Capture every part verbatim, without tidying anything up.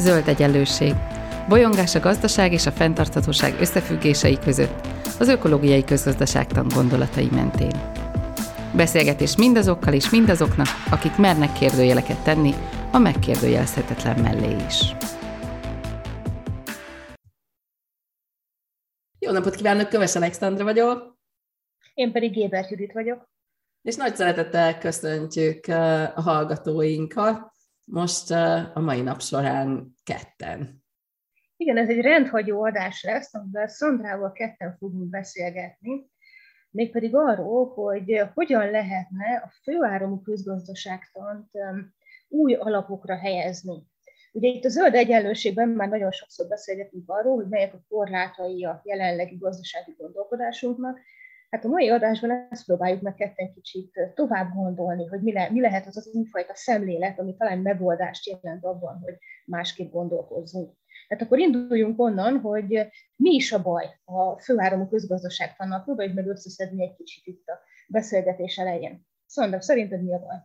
Zöld egyenlőség. Bolyongás a gazdaság és a fenntarthatóság összefüggései között, az ökológiai közgazdaságtan gondolatai mentén. Beszélgetés mindazokkal és mindazoknak, akik mernek kérdőjeleket tenni a megkérdőjelezhetetlen mellé is. Jó napot kívánok, Köves Alexandra vagyok. Én pedig Gébert Judit vagyok. És nagy szeretettel köszöntjük a hallgatóinkat most a mai nap során ketten. Igen, ez egy rendhagyó adás lesz, amivel Szandrával ketten fogunk beszélgetni, mégpedig arról, hogy hogyan lehetne a főáramú közgazdaságtant új alapokra helyezni. Ugye itt a zöld egyenlőségben már nagyon sokszor beszélgetünk arról, hogy melyek a korlátai a jelenlegi gazdasági gondolkodásunknak. Hát a mai adásban ezt próbáljuk meg ketten kicsit tovább gondolni, hogy mi, le, mi lehet az az újfajta szemlélet, ami talán megoldást jelent abban, hogy másképp gondolkozzunk. Hát akkor induljunk onnan, hogy mi is a baj a főáramú közgazdaságtannal. Próbáljuk meg összeszedni egy kicsit itt a beszélgetés elején. Szandra, szerinted mi a baj?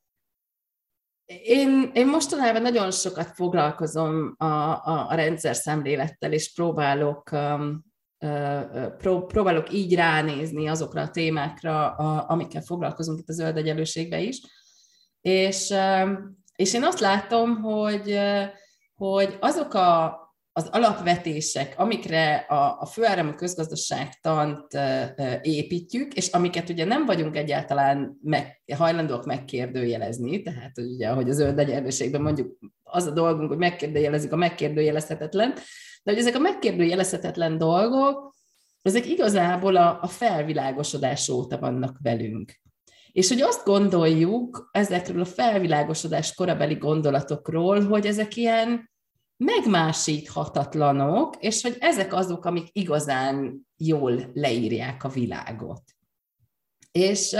Én, én mostanában nagyon sokat foglalkozom a, a, a rendszer szemlélettel, és próbálok, um, uh, pró, próbálok így ránézni azokra a témákra, a, amikkel foglalkozunk itt a zöld egyenlőségben is. És, um, és én azt látom, hogy, uh, hogy azok a, az alapvetések, amikre a, a főáramú közgazdaságtant uh, építjük, és amiket ugye nem vagyunk egyáltalán meg, hajlandóak megkérdőjelezni, tehát ugye, ahogy a zöld egyenlőségben mondjuk az a dolgunk, hogy megkérdőjelezzük a megkérdőjelezhetetlen, de hogy ezek a megkérdőjelezhetetlen dolgok, ezek igazából a, a felvilágosodás óta vannak velünk. És hogy azt gondoljuk ezekről a felvilágosodás korabeli gondolatokról, hogy ezek ilyen megmásíthatatlanok, és hogy ezek azok, amik igazán jól leírják a világot. És,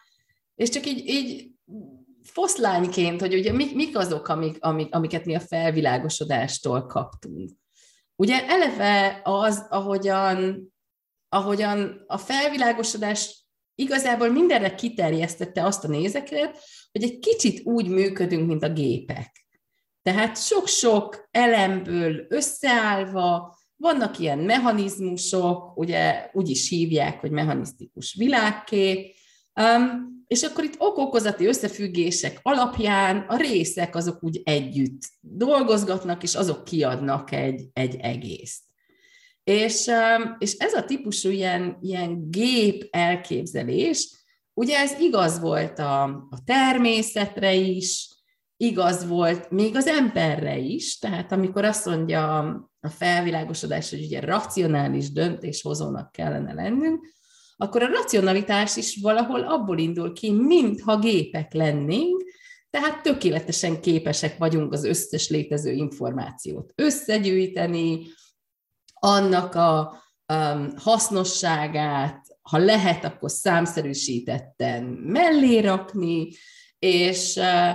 és csak így, így foszlányként, hogy ugye mik, mik azok, amik, amik, amiket mi a felvilágosodástól kaptunk. Ugye eleve az, ahogyan, ahogyan a felvilágosodás igazából mindenre kiterjesztette azt a nézetet, hogy egy kicsit úgy működünk, mint a gépek. Tehát sok-sok elemből összeállva, vannak ilyen mechanizmusok, ugye úgy is hívják, hogy mechanisztikus világkép, um, és akkor itt ok-okozati összefüggések alapján a részek azok úgy együtt dolgozgatnak, és azok kiadnak egy, egy egészt. És, um, és ez a típusú ilyen, ilyen gép elképzelés, ugye ez igaz volt a, a természetre is, igaz volt még az emberre is, tehát amikor azt mondja a felvilágosodás, hogy ugye racionális döntéshozónak kellene lennünk, akkor a racionalitás is valahol abból indul ki, mintha gépek lennénk, tehát tökéletesen képesek vagyunk az összes létező információt összegyűjteni, annak a um, hasznosságát, ha lehet, akkor számszerűsítetten mellé rakni, és uh,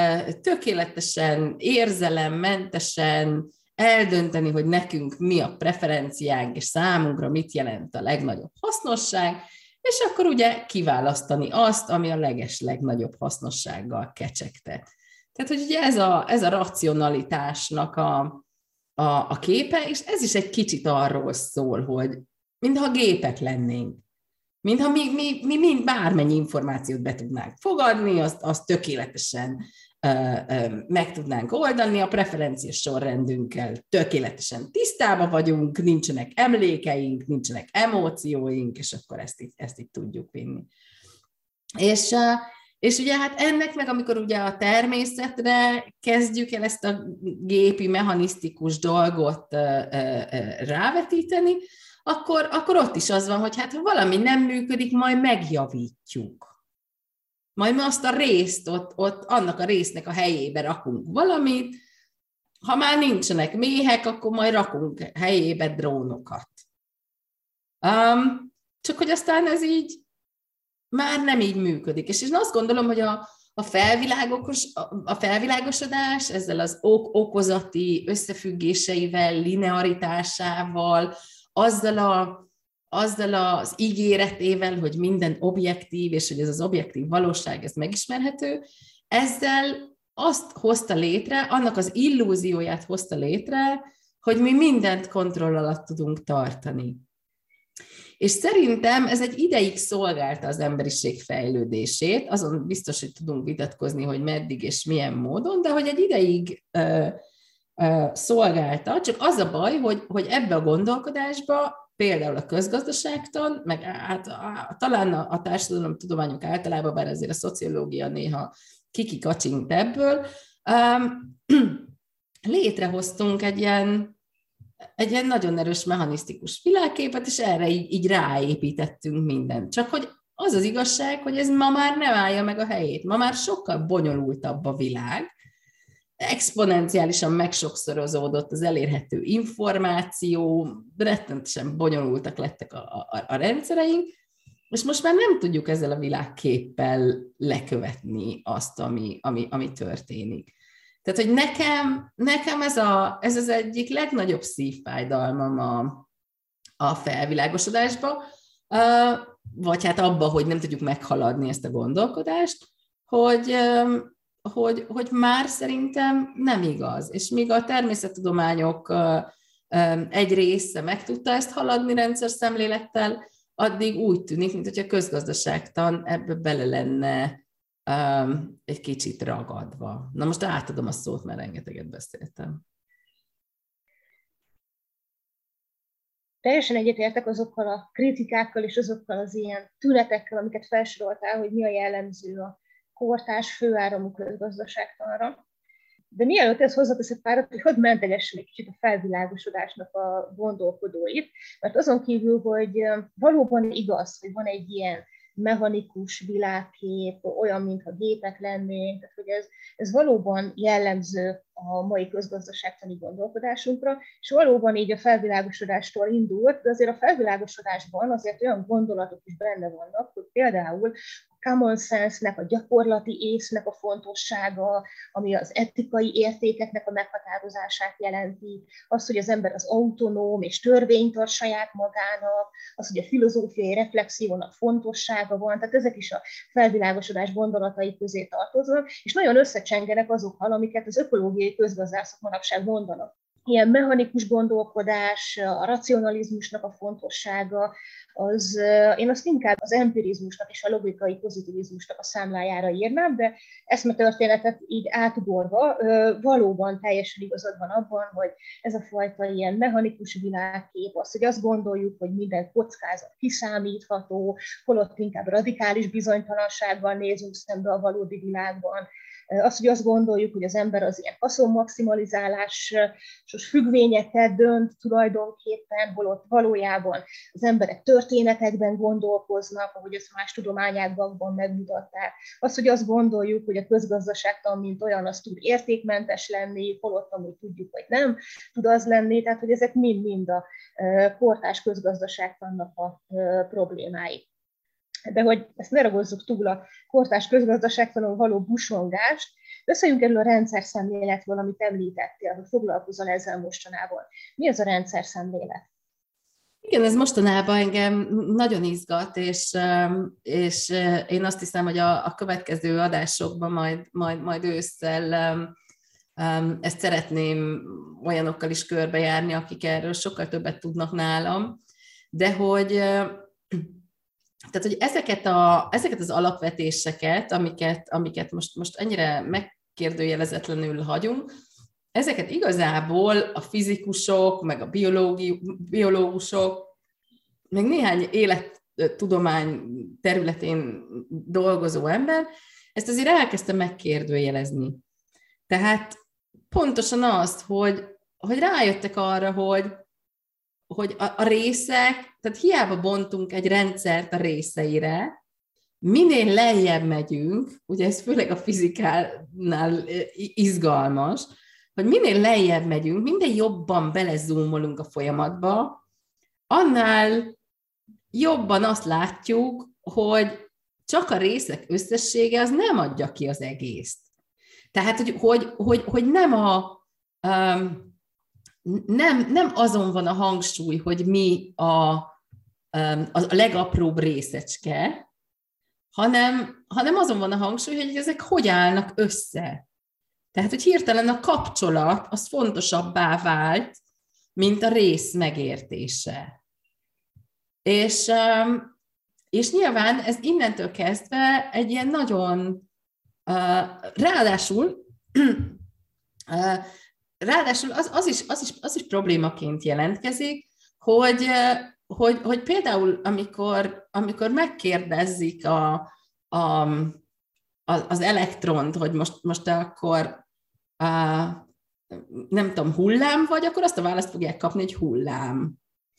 tökéletesen, érzelemmentesen eldönteni, hogy nekünk mi a preferenciánk, és számunkra mit jelent a legnagyobb hasznosság, és akkor ugye kiválasztani azt, ami a leges legnagyobb hasznossággal kecsegtet. Tehát, hogy ugye ez a, ez a racionalitásnak a, a, a képe, és ez is egy kicsit arról szól, hogy mintha gépek lennénk. Mintha mi, mi, mi mind bármennyi információt be tudnánk fogadni, azt, azt tökéletesen uh, uh, meg tudnánk oldani, a preferenciás sorrendünkkel tökéletesen tisztában vagyunk, nincsenek emlékeink, nincsenek emócióink, és akkor ezt így, ezt így tudjuk vinni. És, uh, és ugye hát ennek meg, amikor ugye a természetre kezdjük el ezt a gépi, mechanisztikus dolgot uh, uh, uh, rávetíteni, Akkor, akkor ott is az van, hogy hát ha valami nem működik, majd megjavítjuk. Majd mi azt a részt, ott, ott annak a résznek a helyébe rakunk valamit, ha már nincsenek méhek, akkor majd rakunk helyébe drónokat. Um, csak hogy aztán ez így már nem így működik. És én azt gondolom, hogy a, a, felvilágos, a felvilágosodás ezzel az ok- okozati összefüggéseivel, linearitásával, azzal, a, azzal az ígéretével, hogy minden objektív, és hogy ez az objektív valóság, ez megismerhető, ezzel azt hozta létre, annak az illúzióját hozta létre, hogy mi mindent kontroll alatt tudunk tartani. És szerintem ez egy ideig szolgálta az emberiség fejlődését, azon biztos, hogy tudunk vitatkozni, hogy meddig és milyen módon, de hogy egy ideig ö, ö, szolgálta, csak az a baj, hogy, hogy ebbe a gondolkodásba például a közgazdaságtan, meg hát, á, talán a, a társadalomtudományok általában, bár azért a szociológia néha kiki kacsint ebből, um, létrehoztunk egy ilyen egy ilyen nagyon erős mechanisztikus világképet, és erre így, így ráépítettünk mindent. Csak hogy az az igazság, hogy ez ma már nem állja meg a helyét. Ma már sokkal bonyolultabb a világ, exponenciálisan megsokszorozódott az elérhető információ, rettenetesen bonyolultak lettek a, a, a rendszereink, és most már nem tudjuk ezzel a világképpel lekövetni azt, ami, ami, ami történik. Tehát, hogy nekem, nekem ez, a, ez az egyik legnagyobb szívfájdalmam a, a felvilágosodásba, vagy hát abba, hogy nem tudjuk meghaladni ezt a gondolkodást, hogy, hogy, hogy már szerintem nem igaz. És míg a természettudományok egy része meg tudta ezt haladni rendszer szemlélettel, addig úgy tűnik, mintha a közgazdaságtan ebbe bele lenne Um, egy kicsit ragadva. Na most átadom a szót, mert rengeteget beszéltem. Teljesen egyetértek azokkal a kritikákkal és azokkal az ilyen tünetekkel, amiket felsoroltál, hogy mi a jellemző a kortárs főáramú közgazdaságtanra. De mielőtt ezt hozzáteszek párat, hogy hadd mentegessem egy kicsit a felvilágosodásnak a gondolkodóit, mert azon kívül, hogy valóban igaz, hogy van egy ilyen mechanikus világkép, olyan, mintha gépek lennénk, tehát hogy ez, ez valóban jellemző a mai közgazdaságtani gondolkodásunkra, és valóban így a felvilágosodástól indult, de azért a felvilágosodásban azért olyan gondolatok is benne vannak, hogy például a common sense-nek, a gyakorlati észnek a fontossága, ami az etikai értékeknek a meghatározását jelenti, az, hogy az ember az autonóm és törvényt tart saját magának, az, hogy a filozófiai reflexiónak fontossága van, tehát ezek is a felvilágosodás gondolatai közé tartoznak, és nagyon összecsengenek azokkal, amiket az ökológiai közgazdászok manapság mondanak. Ilyen mechanikus gondolkodás, a racionalizmusnak a fontossága, az, én azt inkább az empirizmusnak és a logikai pozitivizmusnak a számlájára írnám, de eszmetörténetet így átugorva valóban teljesen igazad van abban, hogy ez a fajta ilyen mechanikus világkép, az, hogy azt gondoljuk, hogy minden kockázat kiszámítható, holott inkább radikális bizonytalansággal nézünk szembe a valódi világban, az, hogy azt gondoljuk, hogy az ember az ilyen haszonmaximalizálásos függvényeket dönt tulajdonképpen, holott valójában az emberek történetekben gondolkoznak, ahogy ezt más tudományágban megmutatták. Az, hogy azt gondoljuk, hogy a közgazdaságtan, mint olyan, az tud értékmentes lenni, holott amúgy tudjuk, hogy nem tud az lenni, tehát hogy ezek mind-mind a kortárs közgazdaságtannak a problémái. De hogy ezt ne ragozzuk túl a kortárs közgazdaságtanon való busongást, beszéljünk erről a rendszerszemléletről, amit említettél, hogy foglalkozol ezzel mostanában. Mi az a rendszerszemlélet? Igen, ez mostanában engem nagyon izgat, és, és én azt hiszem, hogy a, a következő adásokban majd, majd, majd ősszel ezt szeretném olyanokkal is körbejárni, akik erről sokkal többet tudnak nálam, de hogy Tehát, hogy ezeket, a, ezeket az alapvetéseket, amiket, amiket most, most ennyire megkérdőjelezetlenül hagyunk, ezeket igazából a fizikusok, meg a biológi, biológusok, meg néhány élettudomány területén dolgozó ember, ezt azért elkezdte megkérdőjelezni. Tehát pontosan azt, hogy, hogy rájöttek arra, hogy hogy a, a részek, tehát hiába bontunk egy rendszert a részeire, minél lejjebb megyünk, ugye ez főleg a fizikánál izgalmas, hogy minél lejjebb megyünk, minél jobban belezúmolunk a folyamatba, annál jobban azt látjuk, hogy csak a részek összessége az nem adja ki az egészt. Tehát, hogy, hogy, hogy, hogy nem a... Um, Nem, nem azon van a hangsúly, hogy mi a, a legapróbb részecske, hanem, hanem azon van a hangsúly, hogy ezek hogy állnak össze. Tehát, hogy hirtelen a kapcsolat az fontosabbá vált, mint a rész megértése. És, és nyilván ez innentől kezdve egy ilyen nagyon, ráadásul, ráadásul az, az, is, az, is, az is problémaként jelentkezik, hogy, hogy, hogy például amikor, amikor megkérdezik a, a, az elektront, hogy most, most akkor a, nem tudom, hullám vagy, akkor azt a választ fogják kapni, hogy hullám.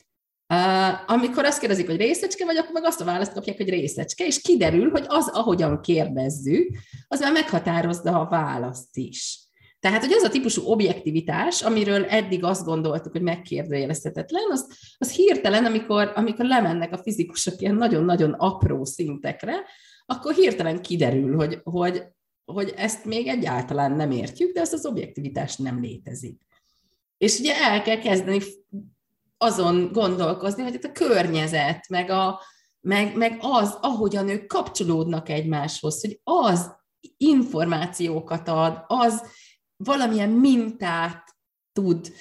Uh, amikor azt kérdezik, hogy részecske vagy, akkor meg azt a választ kapják, hogy részecske, és kiderül, hogy az, ahogyan kérdezzük, az már meghatározza a választ is. Tehát, hogy az a típusú objektivitás, amiről eddig azt gondoltuk, hogy megkérdőjelezhetetlen, az, az hirtelen, amikor, amikor lemennek a fizikusok ilyen nagyon-nagyon apró szintekre, akkor hirtelen kiderül, hogy, hogy, hogy ezt még egyáltalán nem értjük, de ez az objektivitás nem létezik. És ugye el kell kezdeni azon gondolkozni, hogy itt a környezet, meg, a, meg, meg az, ahogyan ők kapcsolódnak egymáshoz, hogy az információkat ad, az valamilyen mintát tud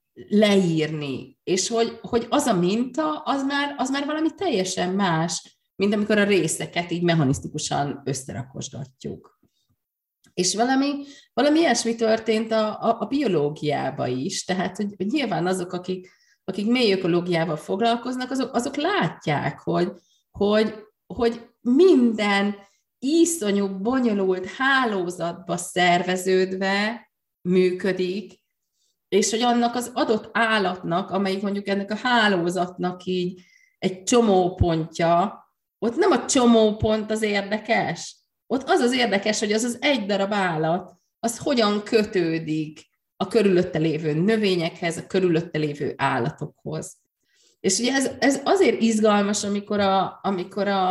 leírni, és hogy, hogy az a minta, az már, az már valami teljesen más, mint amikor a részeket így mechanisztikusan összerakosgatjuk. És valami, valami ilyesmi történt a, a, a biológiában is, tehát hogy, hogy nyilván azok, akik, akik mély ökológiával foglalkoznak, azok, azok látják, hogy, hogy, hogy minden iszonyú bonyolult hálózatba szerveződve működik, és hogy annak az adott állatnak, amelyik mondjuk ennek a hálózatnak így egy csomópontja, ott nem a csomópont az érdekes, ott az az érdekes, hogy az az egy darab állat, az hogyan kötődik a körülötte lévő növényekhez, a körülötte lévő állatokhoz. És ugye ez, ez azért izgalmas, amikor a, amikor a,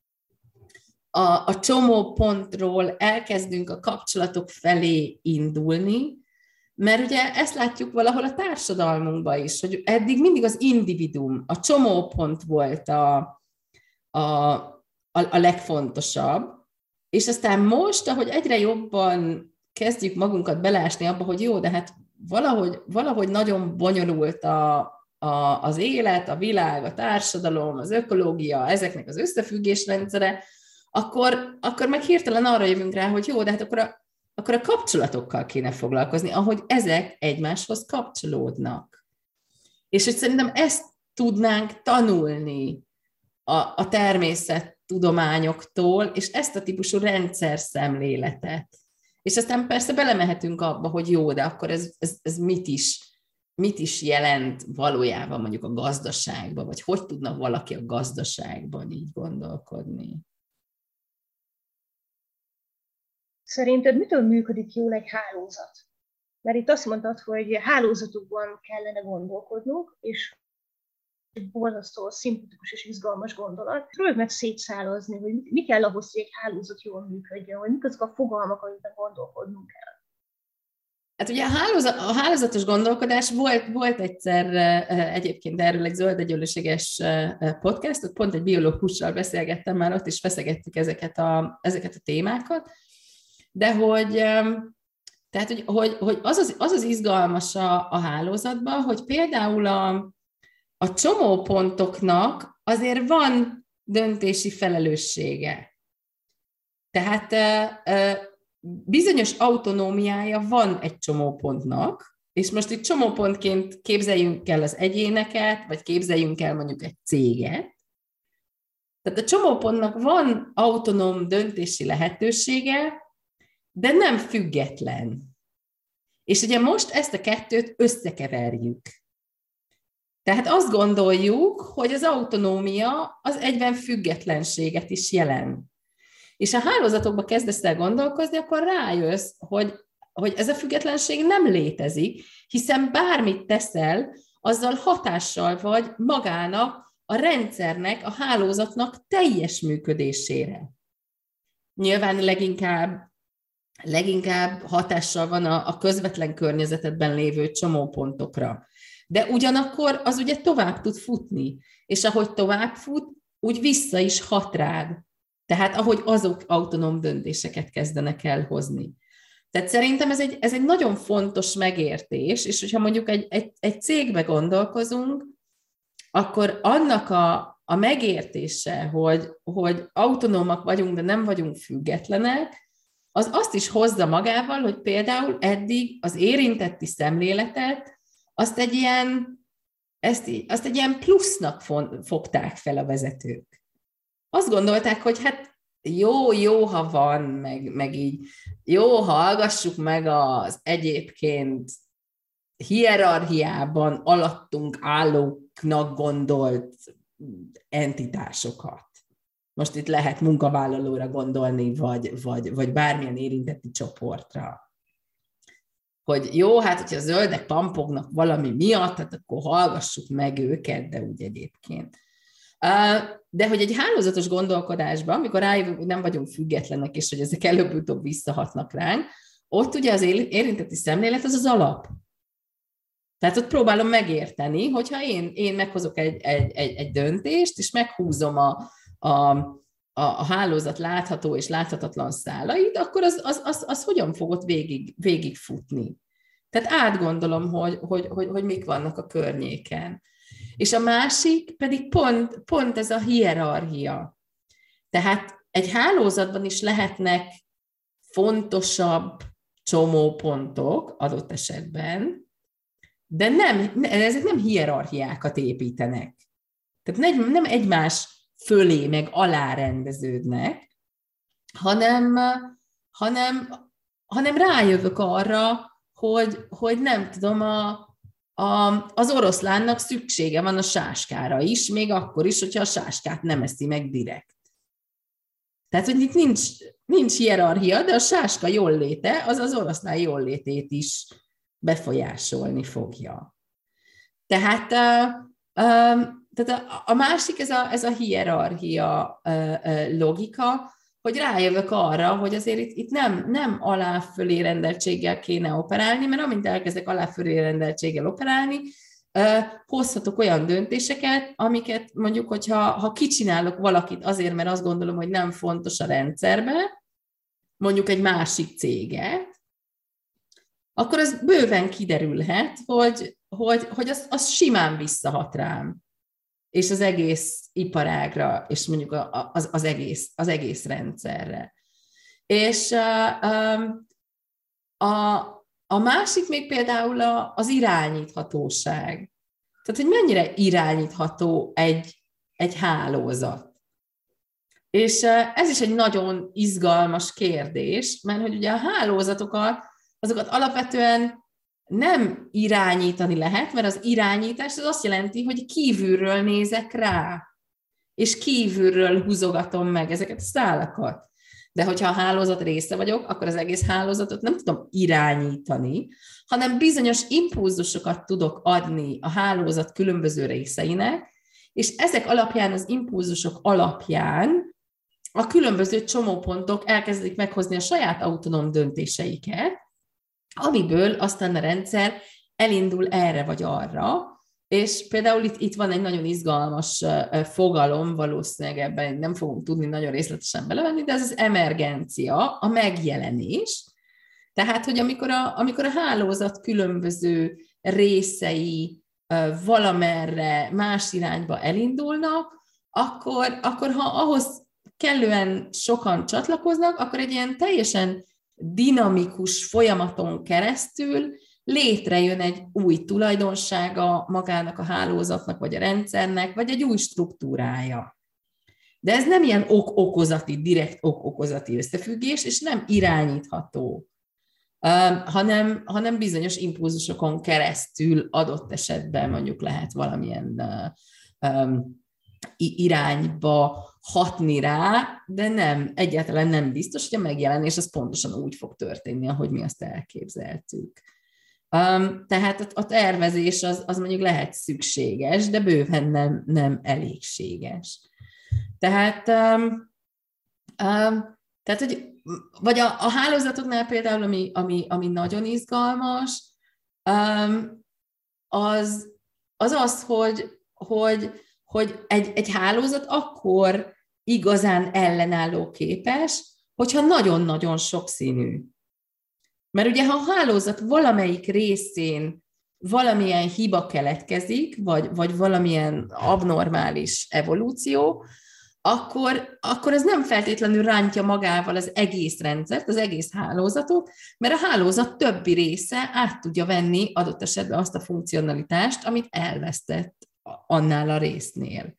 a, a csomópontról elkezdünk a kapcsolatok felé indulni, mert ugye ezt látjuk valahol a társadalmunkban is, hogy eddig mindig az individuum, a csomópont volt a, a, a, a legfontosabb, és aztán most, ahogy egyre jobban kezdjük magunkat belásni abba, hogy jó, de hát valahogy, valahogy nagyon bonyolult a, a, az élet, a világ, a társadalom, az ökológia, ezeknek az összefüggésrendszere, akkor, akkor meg hirtelen arra jövünk rá, hogy jó, de hát akkor a, akkor a kapcsolatokkal kéne foglalkozni, ahogy ezek egymáshoz kapcsolódnak. És hogy szerintem ezt tudnánk tanulni a, a természettudományoktól, és ezt a típusú rendszer szemléletet. És aztán persze belemehetünk abba, hogy jó, de akkor ez, ez, ez mit, is, mit is jelent valójában mondjuk a gazdaságban, vagy hogy tudna valaki a gazdaságban így gondolkodni. Szerinted mitől működik jól egy hálózat? Mert itt azt mondtad, hogy hálózatokban kellene gondolkodnunk, és egy borzasztó szimpatikus és izgalmas gondolat. Próbálj meg szétszálazni, hogy mi kell ahhoz, hogy egy hálózat jól működjön, vagy mik azok a fogalmak, amikben gondolkodnunk kell. Hát ugye a, hálózat, a hálózatos gondolkodás volt, volt egyszer egyébként erről egy zöld egyenlőséges podcast, ott pont egy biológussal beszélgettem már, ott is feszegettük ezeket a, ezeket a témákat, de hogy, tehát, hogy, hogy, hogy az, az, az az izgalmas a, a hálózatban, hogy például a, a csomópontoknak azért van döntési felelőssége. Tehát bizonyos autonómiája van egy csomópontnak, és most itt csomópontként képzeljünk el az egyéneket, vagy képzeljünk el mondjuk egy céget. Tehát a csomópontnak van autonóm döntési lehetősége, de nem független. És ugye most ezt a kettőt összekeverjük. Tehát azt gondoljuk, hogy az autonómia az egyben függetlenséget is jelent. És ha hálózatokba kezdesz el gondolkozni, akkor rájössz, hogy, hogy ez a függetlenség nem létezik, hiszen bármit teszel, azzal hatással vagy magának, a rendszernek, a hálózatnak teljes működésére. Nyilván leginkább, leginkább hatással van a, a közvetlen környezetedben lévő csomópontokra. De ugyanakkor az ugye tovább tud futni, és ahogy tovább fut, úgy vissza is hat rád. Tehát ahogy azok autonóm döntéseket kezdenek el hozni. Tehát szerintem ez egy, ez egy nagyon fontos megértés, és hogyha mondjuk egy, egy, egy cégbe gondolkozunk, akkor annak a, a megértése, hogy, hogy autonómak vagyunk, de nem vagyunk függetlenek, az azt is hozza magával, hogy például eddig az érintetti szemléletet, azt egy ilyen, ezt, azt egy ilyen plusznak fogták fel a vezetők. Azt gondolták, hogy hát jó, jó, ha van, meg, meg így, jó, hallgassuk meg az egyébként hierarchiában alattunk állóknak gondolt entitásokat. Most itt lehet munkavállalóra gondolni, vagy, vagy, vagy bármilyen érintetti csoportra. Hogy jó, hát hogyha a zöldek pampognak valami miatt, hát akkor hallgassuk meg őket, de úgy egyébként. De hogy egy hálózatos gondolkodásban, amikor rájövünk, hogy nem vagyunk függetlenek, és hogy ezek előbb-utóbb visszahatnak ránk, ott ugye az érintetti szemlélet az az alap. Tehát ott próbálom megérteni, hogyha én, én meghozok egy, egy, egy, egy döntést, és meghúzom a, a, a, a hálózat látható és láthatatlan szálait, akkor az, az, az, az hogyan fog ott végig, végig futni. Tehát átgondolom, hogy, hogy, hogy, hogy mik vannak a környéken. És a másik pedig pont, pont ez a hierarchia. Tehát egy hálózatban is lehetnek fontosabb csomópontok adott esetben, de nem, ezek nem hierarchiákat építenek. Tehát nem, nem egymás fölé meg alá rendeződnek, hanem, hanem, hanem rájövök arra, hogy, hogy nem tudom, a, a, az oroszlánnak szüksége van a sáskára is, még akkor is, hogyha a sáskát nem eszi meg direkt. Tehát, hogy itt nincs, nincs hierarchia, de a sáska jólléte, az az oroszlán jóllétét is befolyásolni fogja. Tehát, uh, um, tehát a, a másik, ez a, ez a hierarchia uh, uh, logika, hogy rájövök arra, hogy azért itt, itt nem, nem alá-fölé rendeltséggel kéne operálni, mert amint elkezdek alá-fölé rendeltséggel operálni, uh, hozhatok olyan döntéseket, amiket mondjuk, hogyha ha kicsinálok valakit azért, mert azt gondolom, hogy nem fontos a rendszerbe, mondjuk egy másik céget, akkor az bőven kiderülhet, hogy, hogy, hogy az, az simán visszahat rám, és az egész iparágra, és mondjuk az, az, egész, az egész rendszerre. És a, a másik még például az irányíthatóság. Tehát, hogy mennyire irányítható egy, egy hálózat. És ez is egy nagyon izgalmas kérdés, mert hogy ugye a hálózatokat, azokat alapvetően nem irányítani lehet, mert az irányítás az azt jelenti, hogy kívülről nézek rá, és kívülről húzogatom meg ezeket a szálakat. De hogyha a hálózat része vagyok, akkor az egész hálózatot nem tudom irányítani, hanem bizonyos impulzusokat tudok adni a hálózat különböző részeinek, és ezek alapján, az impulzusok alapján a különböző csomópontok elkezdik meghozni a saját autonóm döntéseiket, amiből aztán a rendszer elindul erre vagy arra, és például itt, itt van egy nagyon izgalmas fogalom, valószínűleg ebben nem fogunk tudni nagyon részletesen belevenni, de ez az emergencia, a megjelenés. Tehát, hogy amikor a, amikor a hálózat különböző részei valamerre más irányba elindulnak, akkor, akkor ha ahhoz kellően sokan csatlakoznak, akkor egy ilyen teljesen dinamikus folyamaton keresztül létrejön egy új tulajdonsága magának a hálózatnak, vagy a rendszernek, vagy egy új struktúrája. De ez nem ilyen ok-okozati, direkt ok-okozati összefüggés, és nem irányítható, hanem, hanem bizonyos impulzusokon keresztül adott esetben mondjuk lehet valamilyen um, irányba hatni rá, de nem, egyáltalán nem biztos, hogy a megjelenés az pontosan úgy fog történni, ahogy mi azt elképzeltük. Um, tehát a tervezés az, az mondjuk lehet szükséges, de bőven nem, nem elégséges. Tehát, um, um, tehát hogy, vagy a, a hálózatoknál például, ami, ami, ami nagyon izgalmas, um, az, az az, hogy, hogy, hogy egy, egy hálózat akkor igazán ellenálló képes, hogyha nagyon-nagyon sokszínű. Mert ugye, ha a hálózat valamelyik részén valamilyen hiba keletkezik, vagy, vagy valamilyen abnormális evolúció, akkor, akkor ez nem feltétlenül rántja magával az egész rendszert, az egész hálózatot, mert a hálózat többi része át tudja venni adott esetben azt a funkcionalitást, amit elvesztett annál a résznél.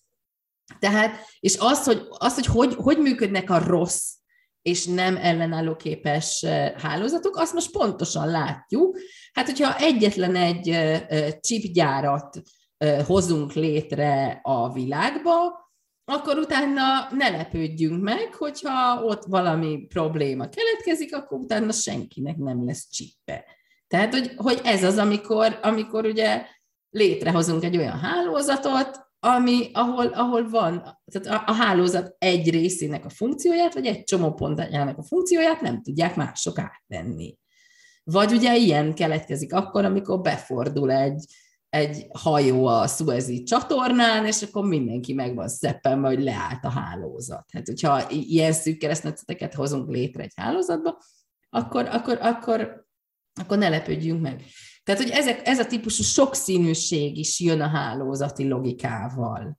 Tehát, és az, hogy, az, hogy, hogy hogy működnek a rossz és nem ellenállóképes hálózatok, azt most pontosan látjuk. Hát, hogyha egyetlen egy chipgyárat hozunk létre a világba, akkor utána ne lepődjünk meg, hogyha ott valami probléma keletkezik, akkor utána senkinek nem lesz csippe. Tehát, hogy, hogy ez az, amikor, amikor ugye létrehozunk egy olyan hálózatot, ami, ahol, ahol van, tehát a, a hálózat egy részének a funkcióját, vagy egy csomó pontjának a funkcióját nem tudják mások átvenni. Vagy ugye ilyen keletkezik akkor, amikor befordul egy, egy hajó a Szuezi csatornán, és akkor mindenki meg van szeppenve, hogy leállt a hálózat. Hát, hogyha ilyen szűk keresztmetszeteket hozunk létre egy hálózatba, akkor, akkor, akkor, akkor ne lepődjünk meg. Tehát, hogy ezek, ez a típusú sokszínűség is jön a hálózati logikával.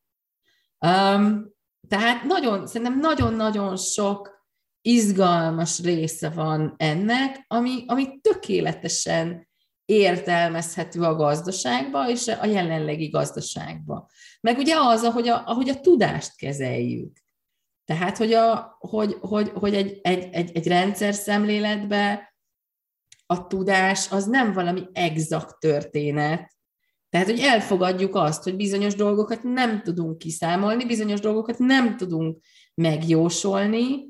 Um, tehát nagyon, szerintem nagyon-nagyon sok izgalmas része van ennek, ami, ami tökéletesen értelmezhető a gazdaságba és a jelenlegi gazdaságba. Meg ugye az, ahogy a, ahogy a tudást kezeljük. Tehát, hogy, a, hogy, hogy, hogy egy, egy, egy, egy rendszer szemléletben a tudás az nem valami exakt történet. Tehát, hogy elfogadjuk azt, hogy bizonyos dolgokat nem tudunk kiszámolni, bizonyos dolgokat nem tudunk megjósolni,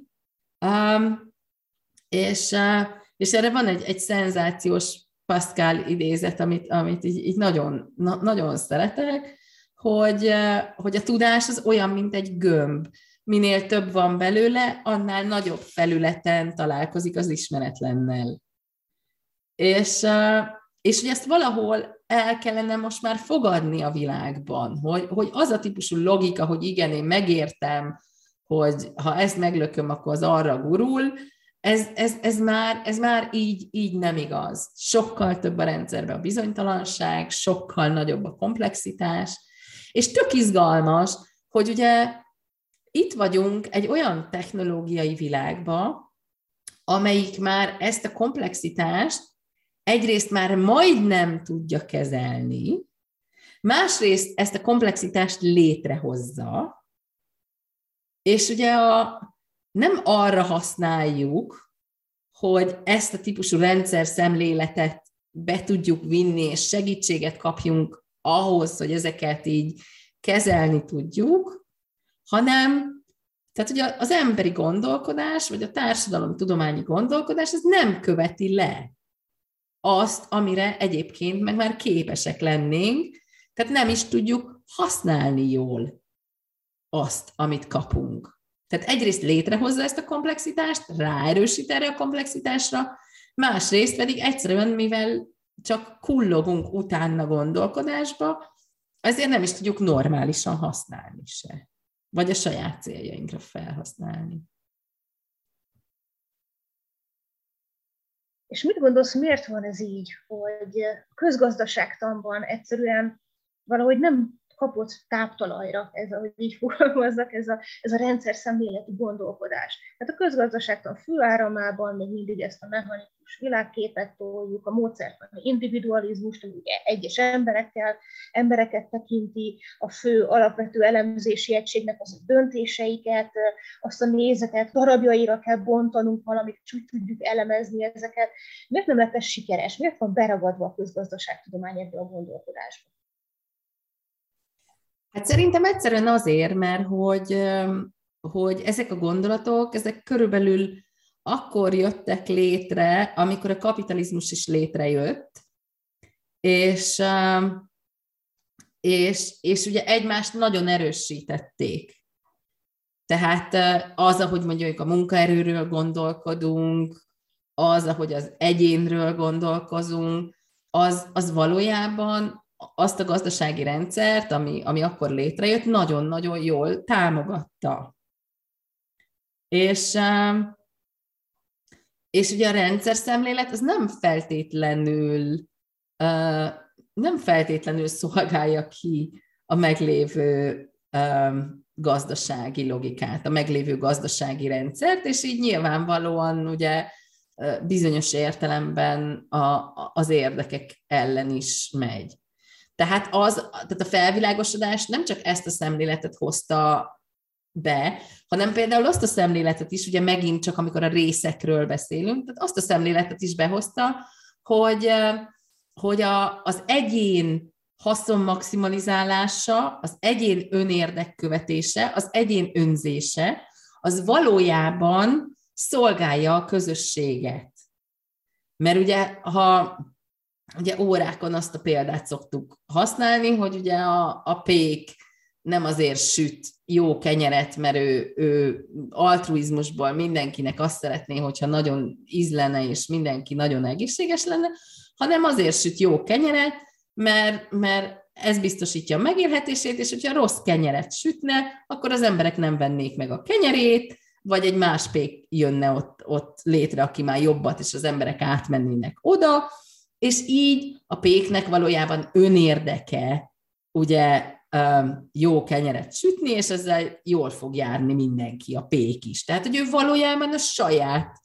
um, és, uh, és erre van egy, egy szenzációs Pascal idézet, amit, amit így, így nagyon, na, nagyon szeretek, hogy, uh, hogy a tudás az olyan, mint egy gömb. Minél több van belőle, annál nagyobb felületen találkozik az ismeretlennel. És, és hogy ezt valahol el kellene most már fogadni a világban, hogy, hogy az a típusú logika, hogy igen, én megértem, hogy ha ezt meglököm, akkor az arra gurul, ez, ez, ez, már, ez már így, így nem igaz. Sokkal több a rendszerben a bizonytalanság, sokkal nagyobb a komplexitás, és tök izgalmas, hogy ugye itt vagyunk egy olyan technológiai világban, amelyik már ezt a komplexitást egyrészt már majdnem tudja kezelni, másrészt ezt a komplexitást létrehozza, és ugye a, nem arra használjuk, hogy ezt a típusú rendszer szemléletet be tudjuk vinni, és segítséget kapjunk ahhoz, hogy ezeket így kezelni tudjuk, hanem tehát ugye az emberi gondolkodás, vagy a társadalomtudományi gondolkodás, ez nem követi le azt, amire egyébként meg már képesek lennénk, tehát nem is tudjuk használni jól azt, amit kapunk. Tehát egyrészt létrehozza ezt a komplexitást, ráerősít erre a komplexitásra, másrészt pedig egyszerűen, mivel csak kullogunk utána gondolkodásba, ezért nem is tudjuk normálisan használni se, vagy a saját céljainkra felhasználni. És mit gondolsz, miért van ez így, hogy közgazdaságtanban egyszerűen valahogy nem kapott táptalajra, ez, ahogy így fogalmazzak, ez a, ez a rendszer szemléletű gondolkodás. Tehát a közgazdaságtan főáramában még mindig ezt a mechanikus világképet toljuk, a módszertani individualizmust, ami ugye egyes emberekkel, embereket tekinti, a fő alapvető elemzési egységnek az a döntéseiket, azt a nézetet, darabjaira kell bontanunk valamit, és úgy tudjuk elemezni ezeket. Miért nem lett ez sikeres? Miért van beragadva a közgazdaságtudomány ebbe a gondolkodásba? Hát szerintem egyszerűen azért, mert hogy, hogy ezek a gondolatok, ezek körülbelül akkor jöttek létre, amikor a kapitalizmus is létrejött, és, és, és ugye egymást nagyon erősítették. Tehát az, ahogy mondjuk a munkaerőről gondolkodunk, az, ahogy az egyénről gondolkozunk, az, az valójában azt a gazdasági rendszert, ami, ami akkor létrejött, nagyon-nagyon jól támogatta. És, És ugye a rendszerszemlélet az nem feltétlenül, uh, nem feltétlenül szolgálja ki a meglévő um, gazdasági logikát, a meglévő gazdasági rendszert, és így nyilvánvalóan ugye bizonyos értelemben a, az érdekek ellen is megy. Tehát, az, tehát a felvilágosodás nem csak ezt a szemléletet hozta be, hanem például azt a szemléletet is, ugye megint csak amikor a részekről beszélünk, tehát azt a szemléletet is behozta, hogy, hogy a, az egyén haszonmaximalizálása, az egyén önérdekkövetése, az egyén önzése, az valójában szolgálja a közösséget. Mert ugye, ha ugye órákon azt a példát szoktuk használni, hogy ugye a, a pék nem azért süt jó kenyeret, mert ő, ő altruizmusból mindenkinek azt szeretné, hogyha nagyon ízlene, és mindenki nagyon egészséges lenne, hanem azért süt jó kenyeret, mert, mert ez biztosítja a megélhetését, és hogyha rossz kenyeret sütne, akkor az emberek nem vennék meg a kenyerét, vagy egy más pék jönne ott, ott létre, aki már jobbat, és az emberek átmennének oda, és így a péknek valójában önérdeke, ugye jó kenyeret sütni, és ezzel jól fog járni mindenki, a pék is. Tehát, hogy ő valójában a saját,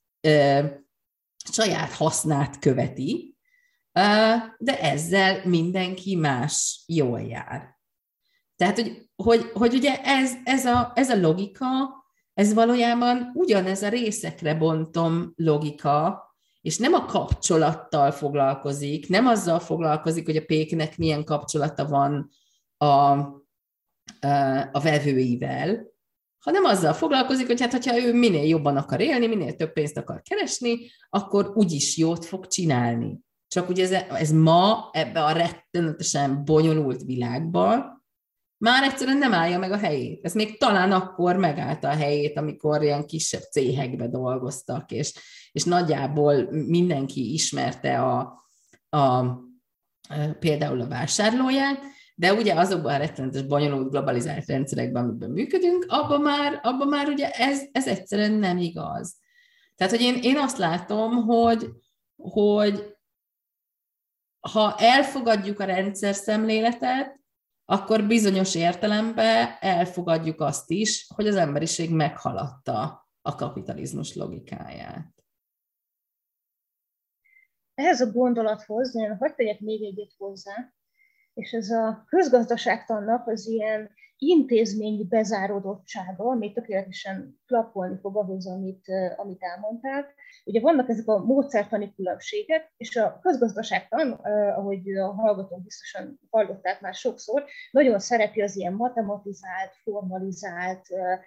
saját hasznát követi, de ezzel mindenki más jól jár. Tehát, hogy, hogy, hogy ugye ez, ez, a, ez a logika, ez valójában ugyanez a részekre bontom logika, és nem a kapcsolattal foglalkozik, nem azzal foglalkozik, hogy a péknek milyen kapcsolata van a, a vevőivel, hanem azzal foglalkozik, hogy hát, hogyha ő minél jobban akar élni, minél több pénzt akar keresni, akkor úgyis jót fog csinálni. Csak ugye ez, ez ma ebbe a rettenetesen bonyolult világban már egyszerűen nem állja meg a helyét. Ez még talán akkor megállta a helyét, amikor ilyen kisebb céhekbe dolgoztak, és, és nagyjából mindenki ismerte a, a, a, például a vásárlóját, de ugye azokban a rettenetes bonyolult globalizált rendszerekben, amiben működünk, abban már, abban már ugye ez, ez egyszerűen nem igaz. Tehát, hogy én, én azt látom, hogy, hogy ha elfogadjuk a rendszer szemléletet, akkor bizonyos értelemben elfogadjuk azt is, hogy az emberiség meghaladta a kapitalizmus logikáját. Ehhez a gondolathoz, én hadd tegyek még egyet hozzá, és ez a közgazdaságtannak az ilyen intézményi bezáródottsága, ami tökéletesen klappolni fog ahhoz, amit, amit elmondtál. Ugye vannak ezek a módszertani különbségek, és a közgazdaságtan, ahogy a hallgatók biztosan hallották már sokszor, nagyon szereti az ilyen matematizált, formalizált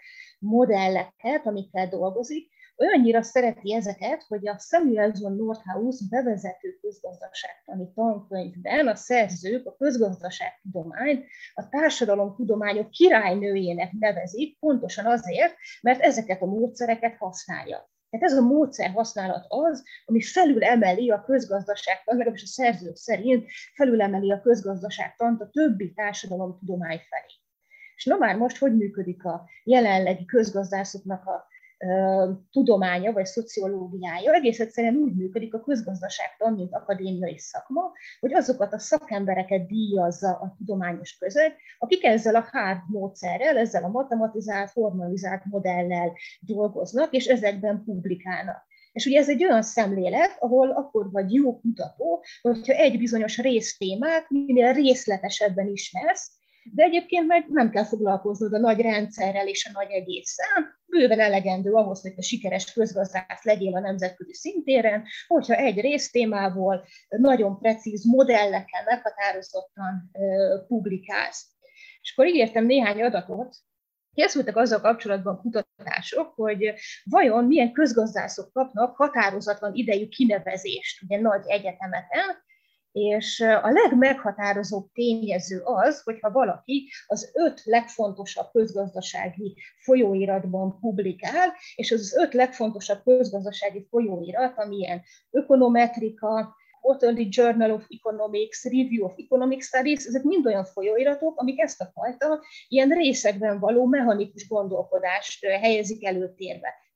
modelleket, amikkel dolgozik. Olyannyira szereti ezeket, hogy a Samuelson Nordhaus bevezető közgazdaságtani tankönyvben a szerzők a közgazdaságtudományt a társadalomtudományok királynőjének nevezik, pontosan azért, mert ezeket a módszereket használja. Tehát ez a módszer használat az, ami felülemeli a közgazdaságtant, legalábbis a szerzők szerint felülemeli a közgazdaságtant a többi társadalomtudomány felé. És na már most hogy működik a jelenlegi közgazdászoknak a tudománya vagy szociológiája? Egész egyszerűen úgy működik a közgazdaságtan, mint akadémiai szakma, hogy azokat a szakembereket díjazza a tudományos közeg, akik ezzel a hard módszerrel, ezzel a matematizált, formalizált modellel dolgoznak, és ezekben publikálnak. És ugye ez egy olyan szemlélet, ahol akkor vagy jó kutató, hogyha egy bizonyos résztémát minél részletesebben ismersz, de egyébként meg nem kell foglalkoznod a nagy rendszerrel és a nagy egésszel. Bőven elegendő ahhoz, hogy te sikeres közgazdász legyél a nemzetközi szintéren, hogyha egy résztémából nagyon precíz modelleken meghatározottan uh, publikálsz. És akkor ígértem néhány adatot. Készültek azzal kapcsolatban kutatások, hogy vajon milyen közgazdászok kapnak határozatlan idejű kinevezést ugye nagy egyetemeken, és a legmeghatározóbb tényező az, hogyha valaki az öt legfontosabb közgazdasági folyóiratban publikál, és az öt legfontosabb közgazdasági folyóirat, amilyen Ökonometrika, Quarterly Journal of Economics, Review of Economic Studies, ezek mind olyan folyóiratok, amik ezt a fajta ilyen részekben való mechanikus gondolkodást helyezik előtérbe.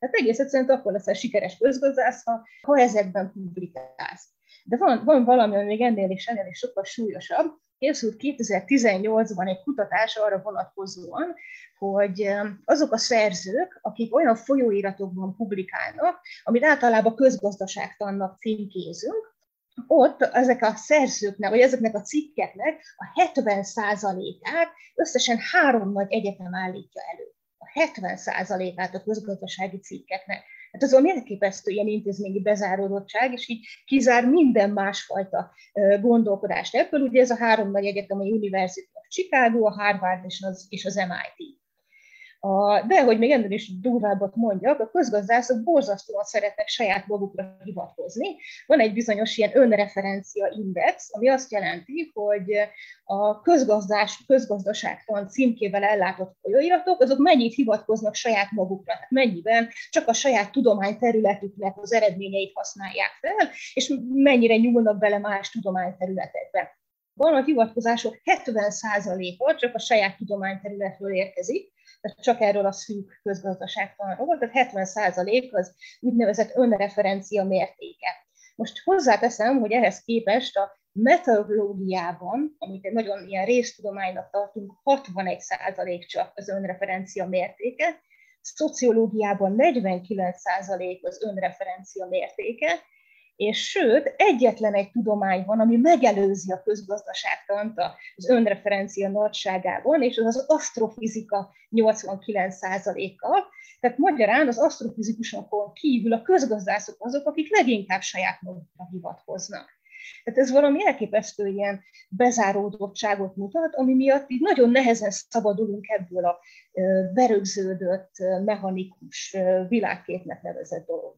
Tehát egész egyszerűen akkor leszel sikeres közgazdász, ha, ha ezekben publikálsz. De van, van valami, ami még ennél is, ennél is sokkal súlyosabb. Készült kétezer-tizennyolcban egy kutatás arra vonatkozóan, hogy azok a szerzők, akik olyan folyóiratokban publikálnak, amit általában közgazdaságtannak címkézünk, ott ezek a szerzőknek, vagy ezeknek a cikkeknek a hetven százalékát összesen három nagy egyetem állítja elő. A hetven százalékát a közgazdasági cikkeknek. Hát az valami elképesztő ilyen intézményi bezáródottság, és így kizár minden másfajta gondolkodást. Ebből ugye ez a három nagy egyetem, a University of Chicago, a Harvard és az, és az em i té. A, de, hogy még ennél is durvábbat mondjak, a közgazdászok borzasztóan szeretnek saját magukra hivatkozni. Van egy bizonyos ilyen önreferencia index, ami azt jelenti, hogy a közgazdás, közgazdaságtan címkével ellátott folyóiratok, azok mennyit hivatkoznak saját magukra, tehát mennyiben csak a saját tudományterületüknek az eredményeit használják fel, és mennyire nyúlnak bele más tudományterületekbe. Van a hivatkozások hetven százaléka csak a saját tudományterületről érkezik, tehát csak erről a szűk közgazdaságtanról, tehát hetven százalék az úgynevezett önreferencia mértéke. Most hozzáteszem, hogy ehhez képest a metodológiában, amit egy nagyon ilyen résztudománynak tartunk, hatvanegy százalék csak az önreferencia mértéke, szociológiában negyvenkilenc százalék az önreferencia mértéke, és sőt, egyetlen egy tudomány van, ami megelőzi a közgazdaságtant az önreferencia nagyságában, és az az asztrofizika nyolcvankilenc százalékkal. Tehát magyarán az asztrofizikusokon kívül a közgazdászok azok, akik leginkább saját magukra hivatkoznak. Tehát ez valami elképesztő ilyen bezáródottságot mutat, ami miatt így nagyon nehezen szabadulunk ebből a berögződött, mechanikus világképnek nevezett dologból.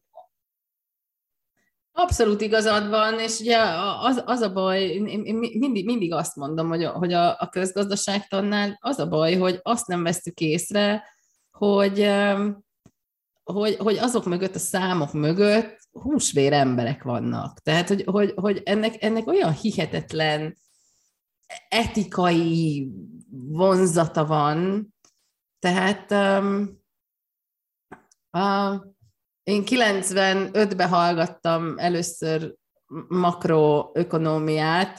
Abszolút igazad van, és ugye az, az a baj, én, én mindig, mindig azt mondom, hogy a, hogy a, a közgazdaságtannál az a baj, hogy azt nem vesztük észre, hogy, hogy, hogy azok mögött, a számok mögött húsvér emberek vannak. Tehát, hogy, hogy, hogy ennek, ennek olyan hihetetlen etikai vonzata van. Tehát um, a Én kilencvenötben hallgattam először makroökonómiát,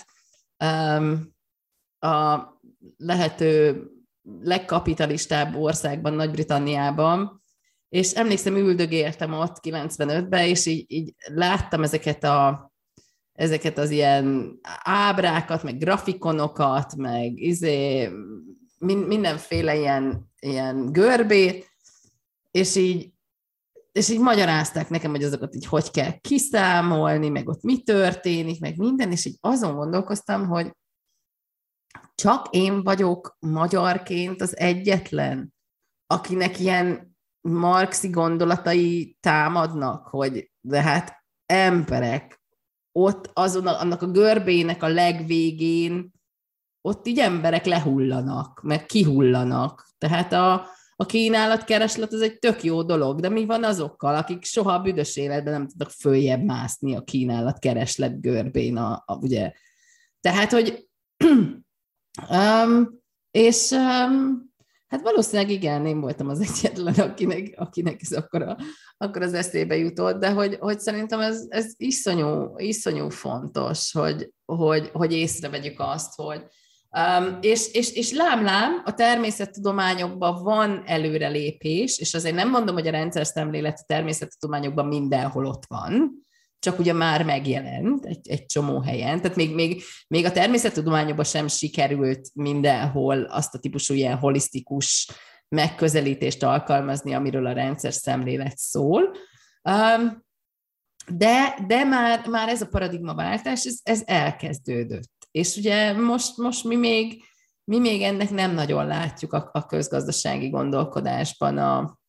a lehető legkapitalistább országban, Nagy-Britanniában, és emlékszem, üldögéltem ott kilencvenötben, és így, így láttam ezeket, a, ezeket az ilyen ábrákat, meg grafikonokat, meg izé, mindenféle ilyen, ilyen görbét, és így És így magyarázták nekem, hogy azokat így hogy kell kiszámolni, meg ott mi történik, meg minden, és így azon gondolkoztam, hogy csak én vagyok magyarként az egyetlen, akinek ilyen marxi gondolatai támadnak, hogy de hát emberek, ott azon a, annak a görbének a legvégén, ott így emberek lehullanak, meg kihullanak. Tehát a A kínálatkereslet az egy tök jó dolog, de mi van azokkal, akik soha a büdös életben nem tudnak följebb mászni a kínálatkereslet görbén, a, a, ugye. Tehát, hogy um, és um, hát valószínűleg igen, én voltam az egyetlen, akinek, akinek ez akkor, a, akkor az eszébe jutott, de hogy, hogy szerintem ez, ez iszonyú, iszonyú fontos, hogy, hogy, hogy észrevegyük azt, hogy Um, és, és, és lám-lám, a természettudományokban van előrelépés, és azért nem mondom, hogy a rendszerszemlélet a természettudományokban mindenhol ott van, csak ugye már megjelent egy, egy csomó helyen, tehát még, még, még a természettudományokban sem sikerült mindenhol azt a típusú ilyen holisztikus megközelítést alkalmazni, amiről a rendszerszemlélet szól. Um, de, de már, már ez a paradigmaváltás, ez, ez elkezdődött. És ugye most, most mi, még, mi még ennek nem nagyon látjuk a, a közgazdasági gondolkodásban a,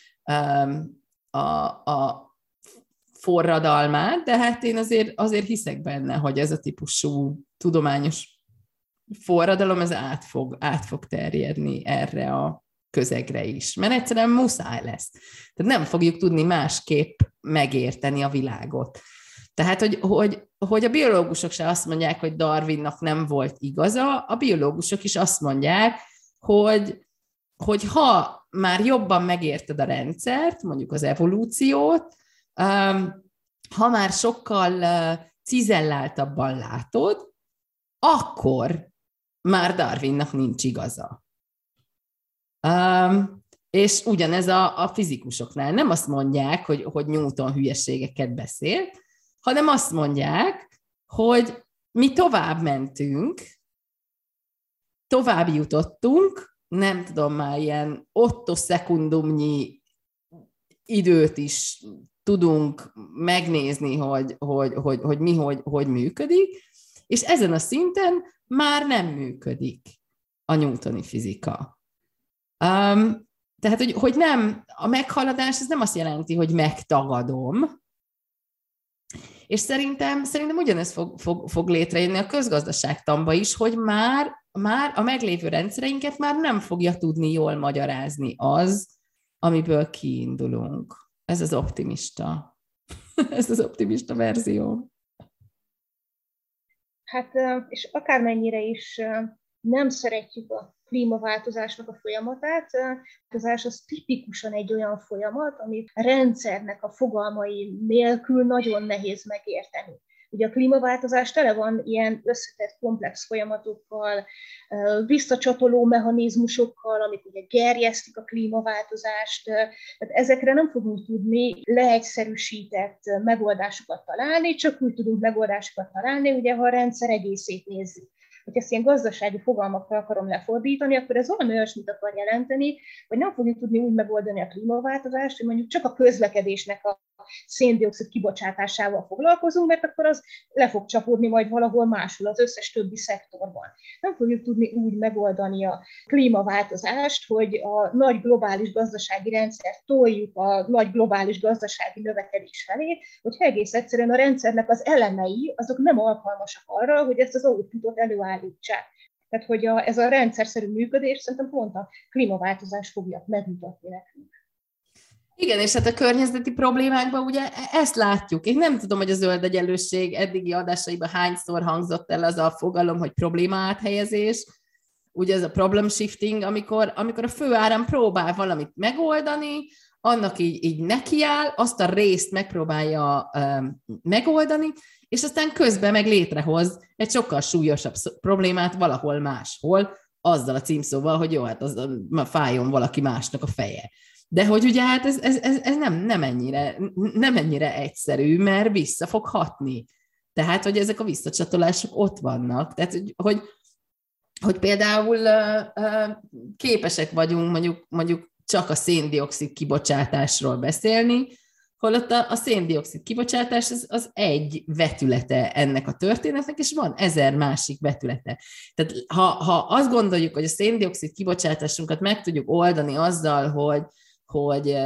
a, a forradalmát, de hát én azért, azért hiszek benne, hogy ez a típusú tudományos forradalom ez át fog, át fog terjedni erre a közegre is, mert egyszerűen muszáj lesz. Tehát nem fogjuk tudni másképp megérteni a világot. Tehát, hogy, hogy, hogy a biológusok se azt mondják, hogy Darwinnak nem volt igaza, a biológusok is azt mondják, hogy, hogy ha már jobban megérted a rendszert, mondjuk az evolúciót, ha már sokkal cizelláltabban látod, akkor már Darwinnak nincs igaza. Um, és ugyanez a, a fizikusoknál. Nem azt mondják, hogy, hogy Newton hülyeségeket beszél, hanem azt mondják, hogy mi tovább mentünk, tovább jutottunk, nem tudom, már ilyen ottoszekundumnyi időt is tudunk megnézni, hogy, hogy, hogy, hogy mi hogy, hogy működik, és ezen a szinten már nem működik a newtoni fizika. Um, tehát, hogy, hogy nem, a meghaladás ez nem azt jelenti, hogy megtagadom, és szerintem, szerintem ugyanez fog, fog, fog létrejönni a közgazdaságtanba is, hogy már, már a meglévő rendszereinket már nem fogja tudni jól magyarázni az, amiből kiindulunk. Ez az optimista. Ez az optimista verzió. Hát, és akármennyire is nem szeretjük a klímaváltozásnak a folyamatát, a változás az tipikusan egy olyan folyamat, amit a rendszernek a fogalmai nélkül nagyon nehéz megérteni. Ugye a klímaváltozás tele van ilyen összetett, komplex folyamatokkal, visszacsatoló mechanizmusokkal, amik ugye gerjesztik a klímaváltozást. Tehát ezekre nem fogunk tudni leegyszerűsített megoldásokat találni, csak úgy tudunk megoldásokat találni, ugye, ha a rendszer egészét nézzük. Hogyha ezt ilyen gazdasági fogalmakra akarom lefordítani, akkor ez valami olyasmit akar jelenteni, hogy nem fogjuk tudni úgy megoldani a klímaváltozást, hogy mondjuk csak a közlekedésnek a szén-dioxid kibocsátásával foglalkozunk, mert akkor az le fog csapódni majd valahol máshol, az összes többi szektorban. Nem fogjuk tudni úgy megoldani a klímaváltozást, hogy a nagy globális gazdasági rendszert toljuk a nagy globális gazdasági növekedés felé, hogy egész egyszerűen a rendszernek az elemei, azok nem alkalmasak arra, hogy ezt az outputot előállítsák. Tehát, hogy a, ez a rendszerszerű működés szerintem pont a klímaváltozás fogja megmutatni nekünk. Igen, és hát a környezeti problémákban ugye ezt látjuk. Én nem tudom, hogy a zöld egyenlőség eddigi adásaiban hányszor hangzott el az a fogalom, hogy probléma áthelyezés, ugye ez a problem shifting, amikor, amikor a főáram próbál valamit megoldani, annak így, így nekiáll, azt a részt megpróbálja um, megoldani, és aztán közben meg létrehoz egy sokkal súlyosabb problémát valahol máshol, azzal a címszóval, hogy jó, hát az, fájjon valaki másnak a feje. De hogy ugye hát ez, ez, ez, ez nem, nem, ennyire, nem ennyire egyszerű, mert vissza fog hatni. Tehát, hogy ezek a visszacsatolások ott vannak. Tehát, hogy, hogy, hogy például képesek vagyunk mondjuk, mondjuk csak a szén-dioxid kibocsátásról beszélni, holott a, a szén-dioxid kibocsátás az, az egy vetülete ennek a történetnek, és van ezer másik vetülete. Tehát ha, ha azt gondoljuk, hogy a szén-dioxid kibocsátásunkat meg tudjuk oldani azzal, hogy hogy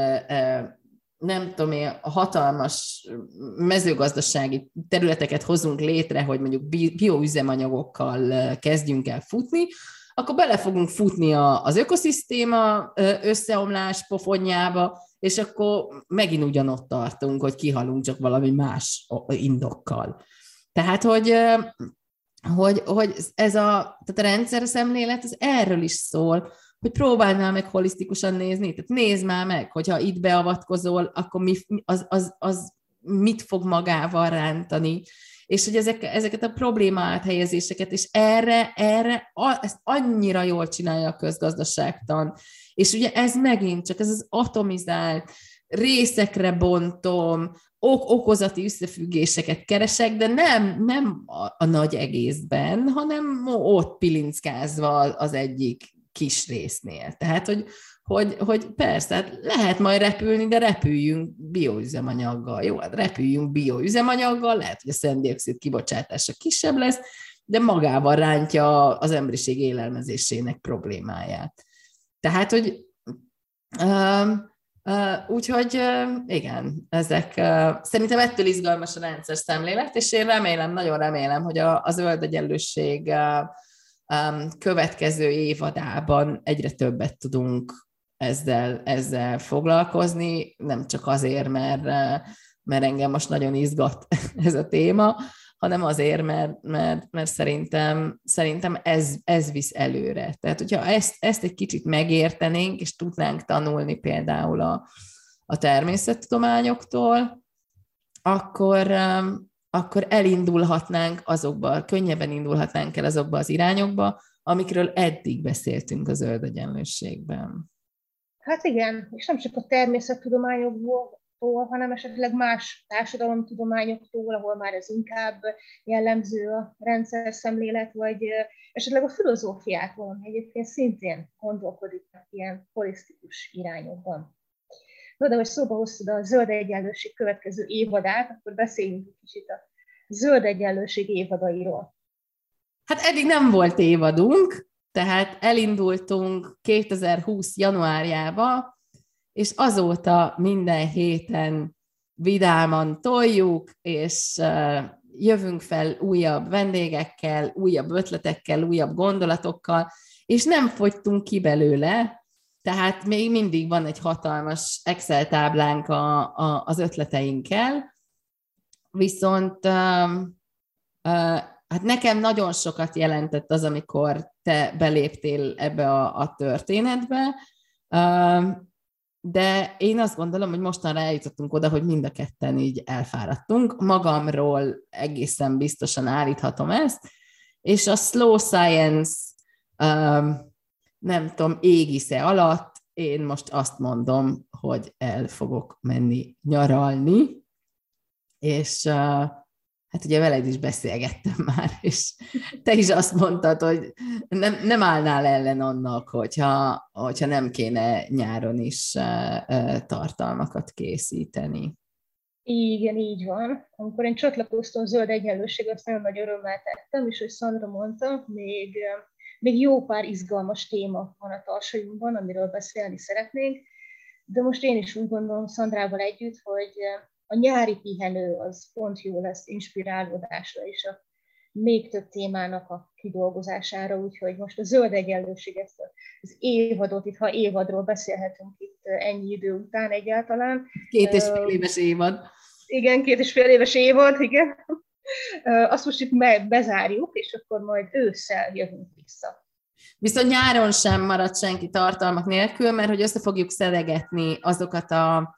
nem tudom én, hatalmas mezőgazdasági területeket hozunk létre, hogy mondjuk bioüzemanyagokkal kezdjünk el futni, akkor bele fogunk futni az ökoszisztéma összeomlás pofonjába, és akkor megint ugyanott tartunk, hogy kihalunk csak valami más indokkal. Tehát, hogy, hogy, hogy ez a, tehát a rendszerszemlélet az erről is szól, hogy próbálnál meg holisztikusan nézni, tehát nézd már meg, hogyha itt beavatkozol, akkor mi, az, az, az mit fog magával rántani, és hogy ezek, ezeket a probléma áthelyezéseket, és erre, erre a, ezt annyira jól csinálja a közgazdaságtan, és ugye ez megint csak ez az atomizált, részekre bontom, ok- okozati összefüggéseket keresek, de nem, nem a, a nagy egészben, hanem ott pilinckázva az egyik kis résznél. Tehát, hogy, hogy, hogy persze, hát lehet majd repülni, de repüljünk bioüzemanyaggal. Jó, hát repüljünk bioüzemanyaggal, lehet, hogy a szén-dioxid kibocsátása kisebb lesz, de magával rántja az emberiség élelmezésének problémáját. Tehát, hogy uh, uh, úgyhogy uh, igen, ezek uh, szerintem ettől izgalmas a rendszer szemlélet, és én remélem, nagyon remélem, hogy a, a zöld egyenlőség uh, következő évadában egyre többet tudunk ezzel, ezzel foglalkozni, nem csak azért, mert, mert engem most nagyon izgat ez a téma, hanem azért, mert, mert, mert szerintem, szerintem ez, ez visz előre. Tehát, hogyha ezt, ezt egy kicsit megértenénk, és tudnánk tanulni például a, a természettudományoktól, akkor, akkor elindulhatnánk azokba, könnyebben indulhatnánk el azokba az irányokba, amikről eddig beszéltünk a zöld egyenlőségben. Hát igen, és nem csak a természettudományokból, hanem esetleg más társadalomtudományoktól, ahol már ez inkább jellemző a rendszer szemlélet, vagy esetleg a filozófiától, ami egyébként szintén gondolkodik ilyen holisztikus irányokban. No, de hogy szóba hoztad a zöld egyenlőség következő évadát, akkor beszéljünk egy kicsit a zöld egyenlőség évadairól. Hát eddig nem volt évadunk, tehát elindultunk kétezer-húsz januárjába, és azóta minden héten vidáman toljuk, és jövünk fel újabb vendégekkel, újabb ötletekkel, újabb gondolatokkal, és nem fogytunk ki belőle, tehát még mindig van egy hatalmas Excel táblánk a, a, az ötleteinkkel, viszont uh, uh, hát nekem nagyon sokat jelentett az, amikor te beléptél ebbe a, a történetbe, uh, de én azt gondolom, hogy mostanra eljutottunk oda, hogy mind a ketten így elfáradtunk. Magamról egészen biztosan állíthatom ezt, és a slow science, um, nem tudom, égisze alatt én most azt mondom, hogy el fogok menni nyaralni, és uh, hát ugye veled is beszélgettem már, és te is azt mondtad, hogy nem, nem állnál ellen annak, hogyha, hogyha nem kéne nyáron is uh, tartalmakat készíteni. Igen, így van. Amikor én csatlakoztam a zöld egyenlőség, azt nagyon nagy örömmel tettem, és hogy Szandra mondta, még, még jó pár izgalmas téma van a tarsajunkban, amiről beszélni szeretnénk, de most én is úgy gondolom Szandrával együtt, hogy a nyári pihenő az pont jó lesz inspirálódásra és a még több témának a kidolgozására, úgyhogy most a zöld egyenlőség, ezt az évadot, itt ha évadról beszélhetünk itt ennyi idő után egyáltalán. Két és fél éves évad. Igen, két és fél éves évad, igen. Azt most itt bezárjuk, és akkor majd ősszel jövünk vissza. Viszont nyáron sem marad senki tartalmak nélkül, mert hogy össze fogjuk szedegetni azokat a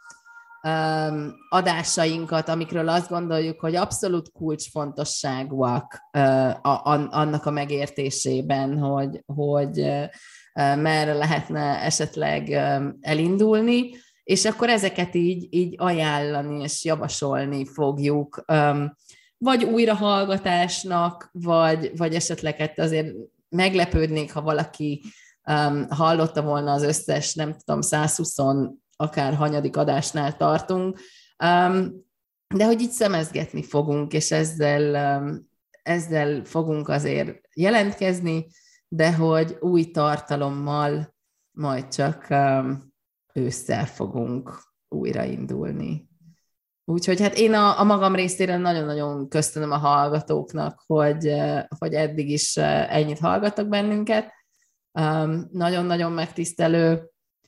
um, adásainkat, amikről azt gondoljuk, hogy abszolút kulcsfontosságúak uh, a, a, annak a megértésében, hogy, hogy uh, merre lehetne esetleg um, elindulni, és akkor ezeket így, így ajánlani és javasolni fogjuk, um, vagy újrahallgatásnak, vagy, vagy esetleg azért meglepődnék, ha valaki um, hallotta volna az összes, nem tudom, százhúsz akár hanyadik adásnál tartunk, um, de hogy így szemezgetni fogunk, és ezzel, um, ezzel fogunk azért jelentkezni, de hogy új tartalommal majd csak um, ősszel fogunk újraindulni. Úgyhogy hát én a, a magam részéről nagyon-nagyon köszönöm a hallgatóknak, hogy, hogy eddig is ennyit hallgattak bennünket. Um, nagyon-nagyon megtisztelő,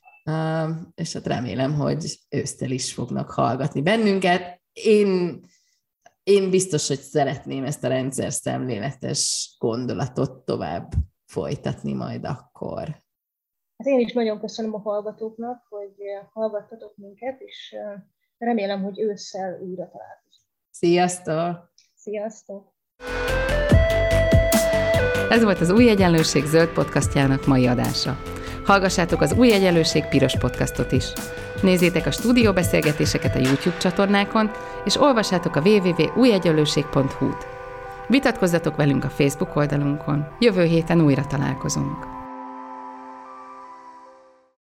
um, és hát remélem, hogy ősztel is fognak hallgatni bennünket. Én, én biztos, hogy szeretném ezt a rendszer szemléletes gondolatot tovább folytatni majd akkor. Hát én is nagyon köszönöm a hallgatóknak, hogy hallgattatok minket, és remélem, hogy ősszel újra találkozunk. Sziasztok! Sziasztok! Ez volt az Új Egyenlőség zöld podcastjának mai adása. Hallgassátok az Új Egyenlőség piros podcastot is. Nézzétek a stúdióbeszélgetéseket a YouTube csatornákon, és olvassátok a double-u double-u double-u pont új egyenlőség pont hu-t. Vitatkozzatok velünk a Facebook oldalunkon. Jövő héten újra találkozunk.